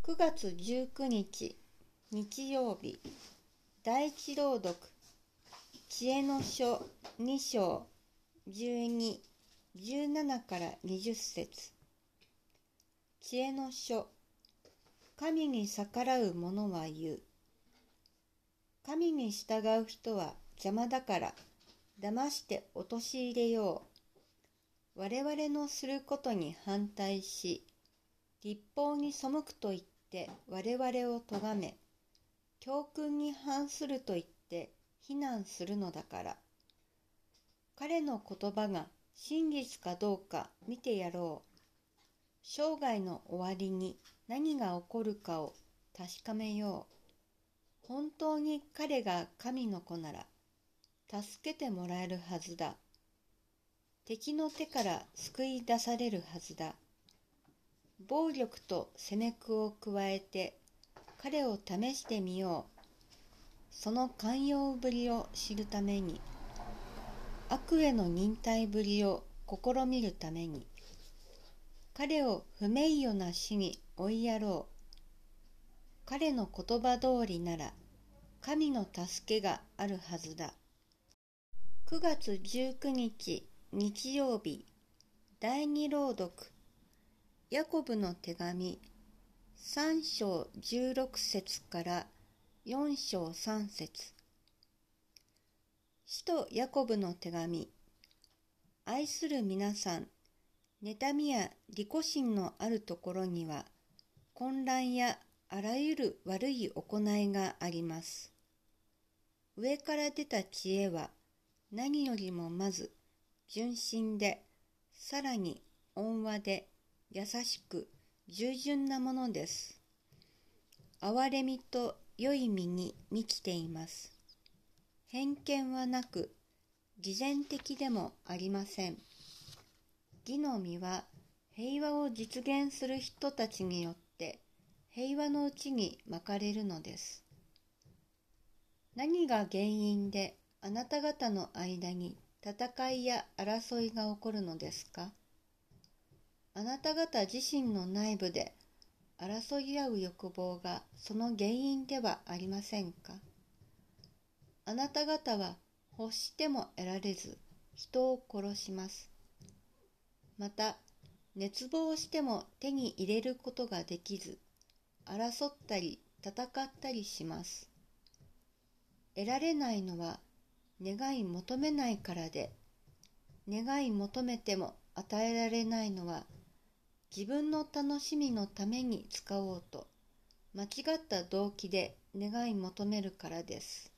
9月19日日曜日、第一朗読、知恵の書2章12、17から20節。知恵の書。神に逆らう者は言う。神に従う人は邪魔だから騙して陥れよう。我々のすることに反対し、律法に背くと言って我々を咎め、教訓に反すると言って非難するのだから。彼の言葉が真実かどうか見てやろう。生涯の終わりに何が起こるかを確かめよう。本当に彼が神の子なら、助けてもらえるはずだ。敵の手から救い出されるはずだ。暴力と責め苦を加えて彼を試してみよう。その寛容ぶりを知るために、悪への忍耐ぶりを試みるために、彼を不名誉な死に追いやろう。彼の言葉通りなら神の助けがあるはずだ。9月19日日曜日、第二朗読、ヤコブの手紙3章16節から4章3節。使徒ヤコブの手紙。愛する皆さん、妬みや利己心のあるところには混乱やあらゆる悪い行いがあります。上から出た知恵は何よりもまず純真で、さらに温和で優しく従順なものです。憐れみと良い実に満ちています。偏見はなく、偽善的でもありません。義の実は平和を実現する人たちによって平和のうちにまかれるのです。何が原因であなた方の間に戦いや争いが起こるのですか？あなた方自身の内部で争い合う欲望がその原因ではありませんか？あなた方は欲しても得られず人を殺します。また、熱望しても手に入れることができず、争ったり戦ったりします。得られないのは願い求めないからで、願い求めても与えられないのは自分の楽しみのために使おうと間違った動機で願い求めるからです。